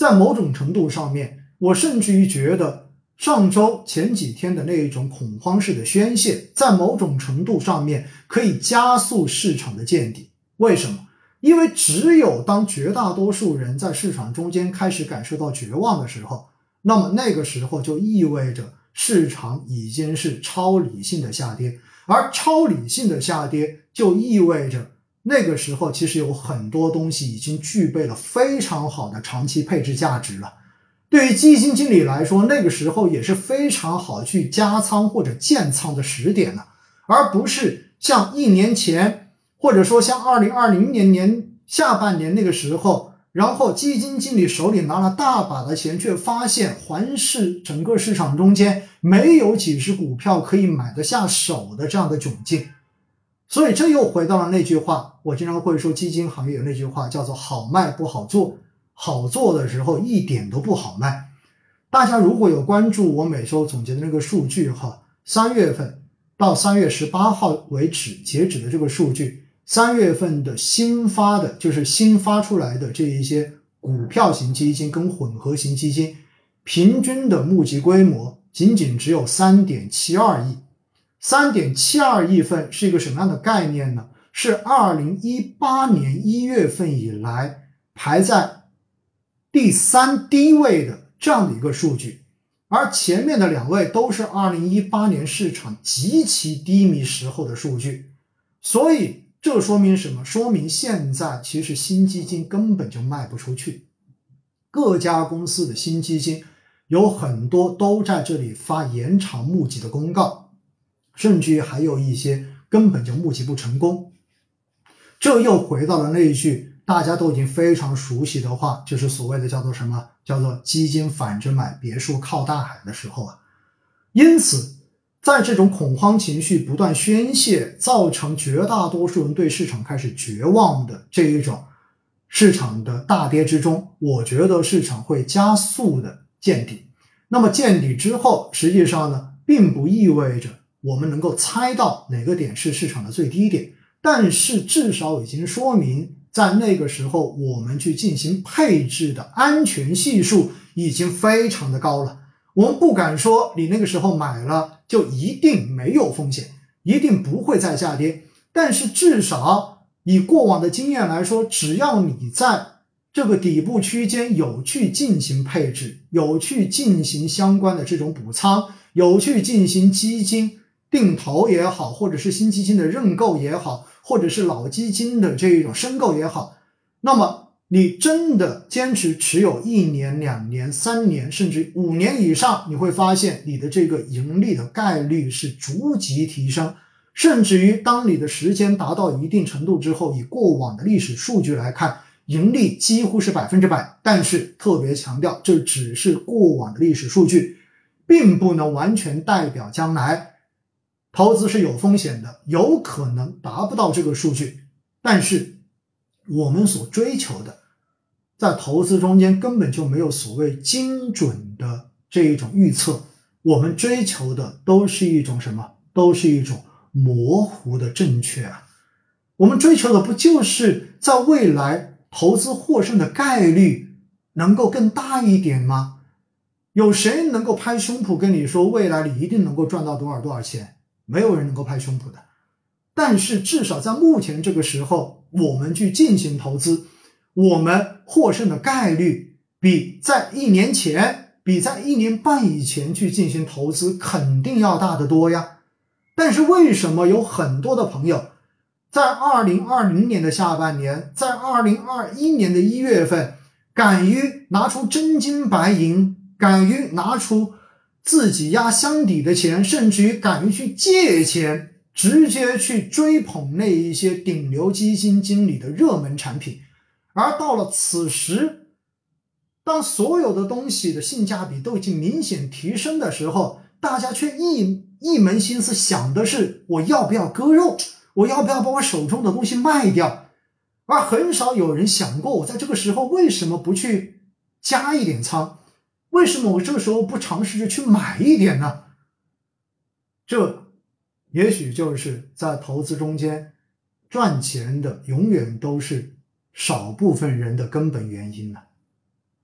在某种程度上面，我甚至于觉得上周前几天的那一种恐慌式的宣泄，在某种程度上面可以加速市场的见底。为什么？因为只有当绝大多数人在市场中间开始感受到绝望的时候，那么那个时候就意味着市场已经是超理性的下跌，而超理性的下跌就意味着那个时候其实有很多东西已经具备了非常好的长期配置价值了。对于基金经理来说，那个时候也是非常好去加仓或者建仓的时点了，而不是像1年前或者说像2020年下半年那个时候，然后基金经理手里拿了大把的钱，却发现环视整个市场中间没有几只股票可以买得下手的这样的窘境。所以这又回到了那句话，我经常会说基金行业有那句话叫做好卖不好做，好做的时候一点都不好卖。大家如果有关注我每周总结的那个数据3月份到3月18号为止截止的这个数据，3月份的新发出来的这一些股票型基金跟混合型基金平均的募集规模仅仅只有 3.72 亿。3.72亿份是一个什么样的概念呢？是2018年1月份以来排在第3低位的这样的一个数据，而前面的2位都是2018年市场极其低迷时候的数据。所以这说明什么？说明现在其实新基金根本就卖不出去，各家公司的新基金有很多都在这里发延长募集的公告，甚至于还有一些根本就募集不成功。这又回到了那一句大家都已经非常熟悉的话，就是所谓的叫做什么？叫做基金反着买，别墅靠大海的时候啊。因此在这种恐慌情绪不断宣泄，造成绝大多数人对市场开始绝望的这一种市场的大跌之中，我觉得市场会加速的见底。那么见底之后，实际上呢，并不意味着我们能够猜到哪个点是市场的最低点，但是至少已经说明在那个时候我们去进行配置的安全系数已经非常的高了。我们不敢说你那个时候买了就一定没有风险，一定不会再下跌，但是至少以过往的经验来说，只要你在这个底部区间有去进行配置，有去进行相关的这种补仓，有去进行基金定投也好，或者是新基金的认购也好，或者是老基金的这种申购也好，那么你真的坚持持有1年、2年、3年甚至5年以上，你会发现你的这个盈利的概率是逐级提升，甚至于当你的时间达到一定程度之后，以过往的历史数据来看，盈利几乎是100%，但是特别强调这只是过往的历史数据，并不能完全代表将来。投资是有风险的，有可能达不到这个数据，但是我们所追求的在投资中间根本就没有所谓精准的这一种预测，我们追求的都是一种什么？都是一种模糊的正确啊！我们追求的不就是在未来投资获胜的概率能够更大一点吗？有谁能够拍胸脯跟你说未来你一定能够赚到多少多少钱？没有人能够拍胸脯的。但是至少在目前这个时候，我们去进行投资，我们获胜的概率比在1年前，比在1年半以前去进行投资肯定要大得多呀。但是为什么有很多的朋友在2020年的下半年，在2021年的1月份，敢于拿出真金白银，敢于拿出自己压箱底的钱，甚至于敢于去借钱，直接去追捧那一些顶流基金经理的热门产品。而到了此时，当所有的东西的性价比都已经明显提升的时候，大家却一门心思想的是我要不要割肉，我要不要把我手中的东西卖掉，而很少有人想过我在这个时候为什么不去加一点仓，为什么我这个时候不尝试着去买一点呢？这也许就是在投资中间赚钱的永远都是少部分人的根本原因了。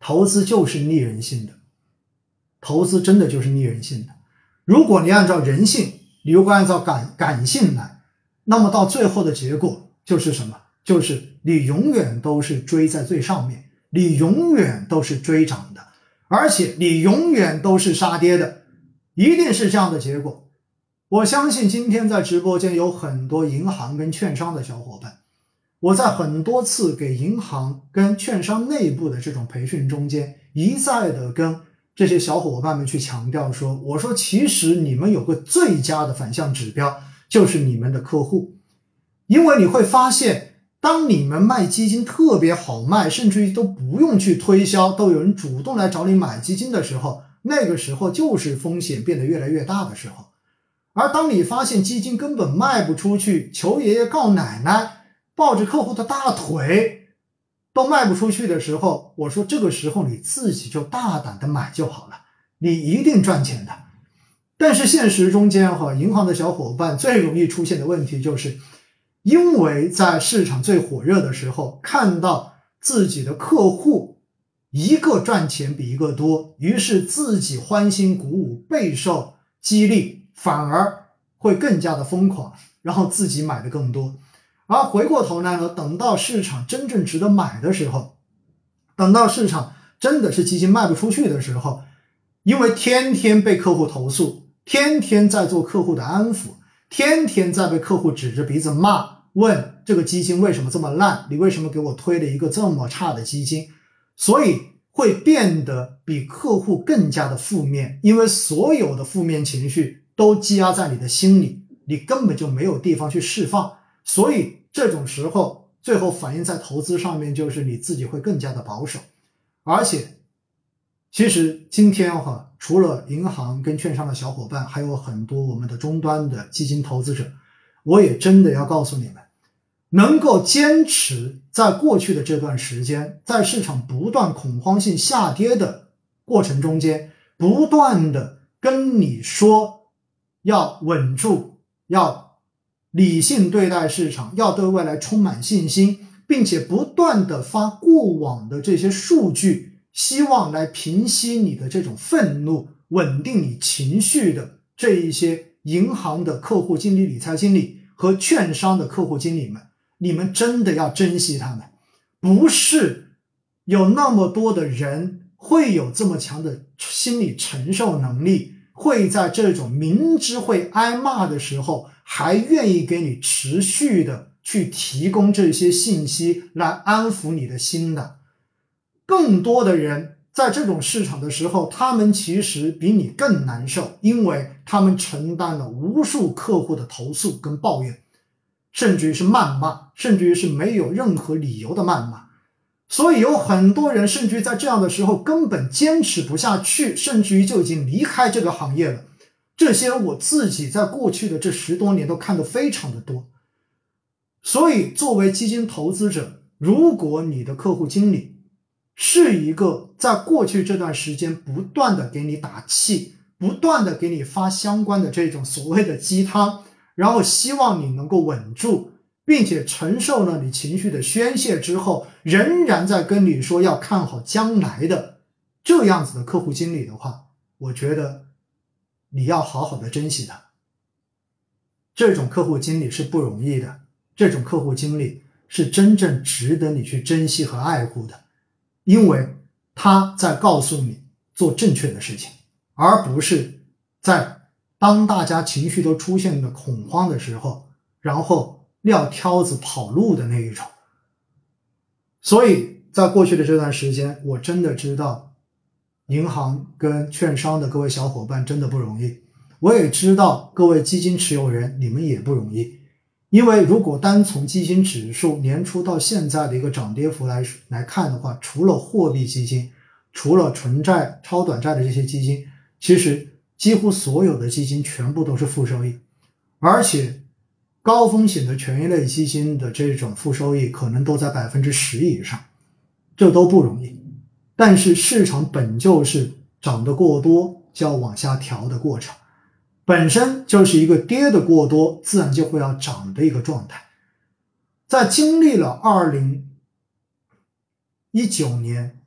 投资就是逆人性的，投资真的就是逆人性的。如果你按照人性，你如果按照感性来，那么到最后的结果就是什么？就是你永远都是追在最上面，你永远都是追涨的，而且你永远都是杀跌的，一定是这样的结果。我相信今天在直播间有很多银行跟券商的小伙伴，我在很多次给银行跟券商内部的这种培训中间，一再的跟这些小伙伴们去强调说，我说其实你们有个最佳的反向指标，就是你们的客户。因为你会发现，当你们卖基金特别好卖，甚至于都不用去推销，都有人主动来找你买基金的时候，那个时候就是风险变得越来越大的时候。而当你发现基金根本卖不出去，求爷爷告奶奶，抱着客户的大腿都卖不出去的时候，我说这个时候你自己就大胆的买就好了，你一定赚钱的。但是现实中间银行的小伙伴最容易出现的问题就是，因为在市场最火热的时候，看到自己的客户一个赚钱比一个多，于是自己欢欣鼓舞，备受激励，反而会更加的疯狂，然后自己买的更多。而回过头来呢，等到市场真正值得买的时候，等到市场真的是基金卖不出去的时候，因为天天被客户投诉，天天在做客户的安抚，天天在被客户指着鼻子骂，问这个基金为什么这么烂，你为什么给我推了一个这么差的基金，所以会变得比客户更加的负面，因为所有的负面情绪都积压在你的心里，你根本就没有地方去释放，所以这种时候最后反映在投资上面，就是你自己会更加的保守。而且其实今天除了银行跟券商的小伙伴，还有很多我们的终端的基金投资者，我也真的要告诉你们，能够坚持在过去的这段时间，在市场不断恐慌性下跌的过程中间，不断的跟你说要稳住，要理性对待市场，要对未来充满信心，并且不断的发过往的这些数据，希望来平息你的这种愤怒，稳定你情绪的这一些银行的客户经理、理财经理和券商的客户经理们，你们真的要珍惜他们。不是有那么多的人会有这么强的心理承受能力，会在这种明知会挨骂的时候，还愿意给你持续的去提供这些信息来安抚你的心的。更多的人在这种市场的时候，他们其实比你更难受，因为他们承担了无数客户的投诉跟抱怨，甚至于是谩骂，甚至于是没有任何理由的谩骂。所以有很多人甚至于在这样的时候根本坚持不下去，甚至于就已经离开这个行业了。这些我自己在过去的这10多年都看得非常的多。所以作为基金投资者，如果你的客户经理是一个在过去这段时间不断的给你打气，不断的给你发相关的这种所谓的鸡汤，然后希望你能够稳住，并且承受了你情绪的宣泄之后，仍然在跟你说要看好将来的这样子的客户经理的话，我觉得你要好好的珍惜他。这种客户经理是不容易的，这种客户经理是真正值得你去珍惜和爱护的，因为他在告诉你做正确的事情，而不是在当大家情绪都出现了恐慌的时候，然后撂挑子跑路的那一种。所以在过去的这段时间，我真的知道银行跟券商的各位小伙伴真的不容易，我也知道各位基金持有人你们也不容易。因为如果单从基金指数年初到现在的一个涨跌幅来看的话，除了货币基金，除了纯债、超短债的这些基金，其实几乎所有的基金全部都是负收益，而且高风险的权益类基金的这种负收益可能都在 10% 以上，这都不容易。但是市场本就是涨得过多就要往下调的过程，本身就是一个跌的过多自然就会要涨的一个状态。在经历了2019年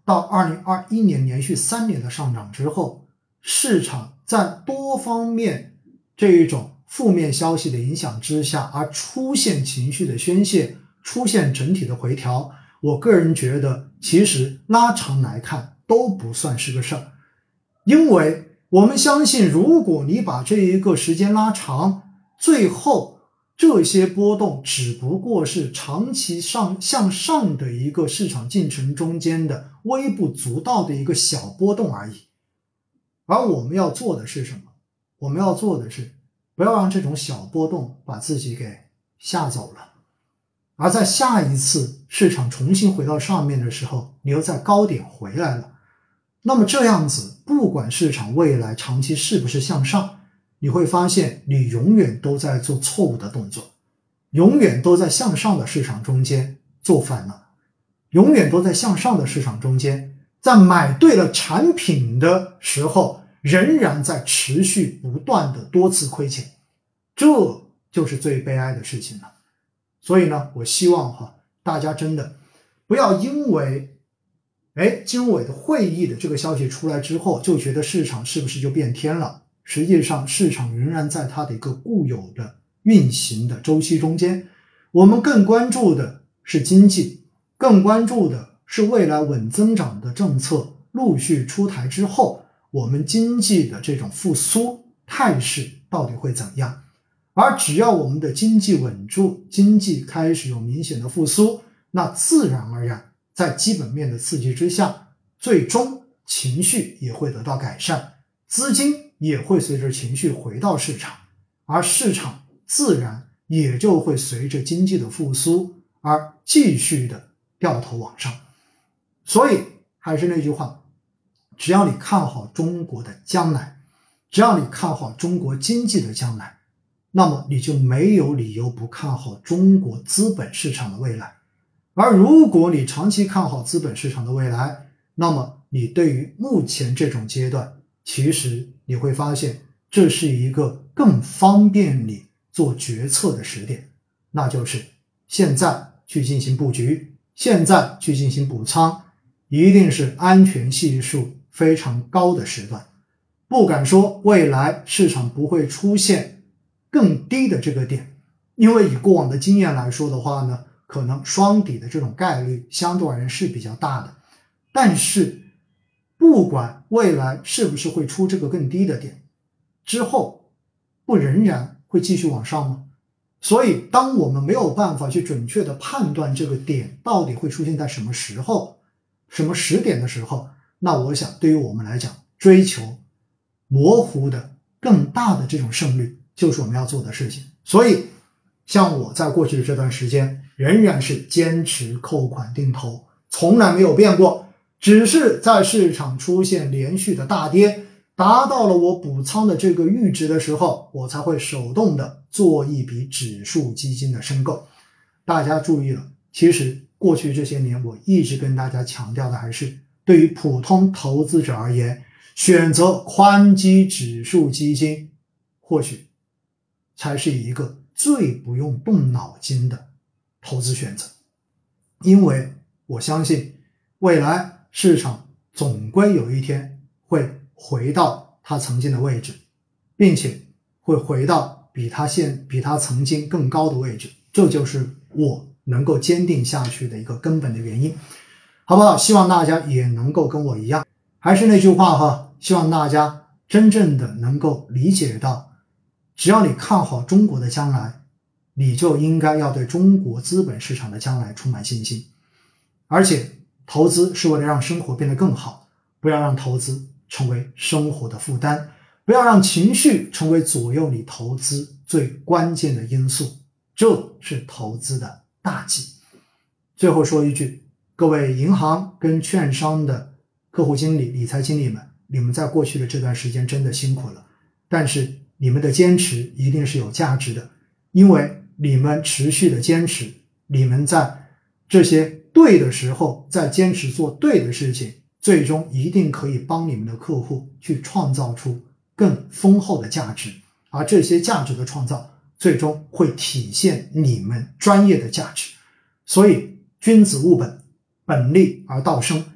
到2021年连续3年的上涨之后，市场在多方面这一种负面消息的影响之下而出现情绪的宣泄，出现整体的回调，我个人觉得其实拉长来看都不算是个事儿。因为我们相信，如果你把这一个时间拉长，最后这些波动只不过是长期向上的一个市场进程中间的微不足道的一个小波动而已。而我们要做的是什么？我们要做的是不要让这种小波动把自己给吓走了，而在下一次市场重新回到上面的时候，你又在高点回来了。那么这样子，不管市场未来长期是不是向上，你会发现你永远都在做错误的动作，永远都在向上的市场中间做反了，永远都在向上的市场中间，在买对了产品的时候，仍然在持续不断的多次亏钱，这就是最悲哀的事情了。所以呢，我希望大家真的不要因为金融委的会议的这个消息出来之后，就觉得市场是不是就变天了。实际上市场仍然在它的一个固有的运行的周期中间，我们更关注的是经济，更关注的是未来稳增长的政策陆续出台之后，我们经济的这种复苏态势到底会怎样。而只要我们的经济稳住，经济开始有明显的复苏，那自然而然在基本面的刺激之下，最终情绪也会得到改善，资金也会随着情绪回到市场，而市场自然也就会随着经济的复苏而继续的掉头往上。所以还是那句话，只要你看好中国的将来，只要你看好中国经济的将来，那么你就没有理由不看好中国资本市场的未来。而如果你长期看好资本市场的未来，那么你对于目前这种阶段，其实你会发现这是一个更方便你做决策的时点，那就是现在去进行布局，现在去进行补仓，一定是安全系数非常高的时段。不敢说未来市场不会出现更低的这个点，因为以过往的经验来说的话呢，可能双底的这种概率相对而言是比较大的。但是不管未来是不是会出这个更低的点，之后不仍然会继续往上吗？所以当我们没有办法去准确的判断这个点到底会出现在什么时候，什么时点的时候，那我想对于我们来讲，追求模糊的更大的这种胜率就是我们要做的事情。所以像我在过去的这段时间仍然是坚持扣款定投，从来没有变过，只是在市场出现连续的大跌，达到了我补仓的这个阈值的时候，我才会手动的做一笔指数基金的申购。大家注意了，其实过去这些年我一直跟大家强调的还是，对于普通投资者而言，选择宽基指数基金或许才是一个最不用动脑筋的投资选择。因为我相信未来市场总归有一天会回到它曾经的位置，并且会回到比它曾经更高的位置，这就是我能够坚定下去的一个根本的原因。好不好？希望大家也能够跟我一样，还是那句话希望大家真正的能够理解到，只要你看好中国的将来，你就应该要对中国资本市场的将来充满信心。而且投资是为了让生活变得更好，不要让投资成为生活的负担，不要让情绪成为左右你投资最关键的因素，这是投资的大忌。最后说一句，各位银行跟券商的客户经理、理财经理们，你们在过去的这段时间真的辛苦了，但是你们的坚持一定是有价值的，因为你们持续的坚持，你们在这些对的时候在坚持做对的事情，最终一定可以帮你们的客户去创造出更丰厚的价值，而这些价值的创造最终会体现你们专业的价值。所以君子务本，本立而道生，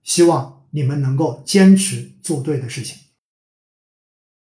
希望你们能够坚持做对的事情。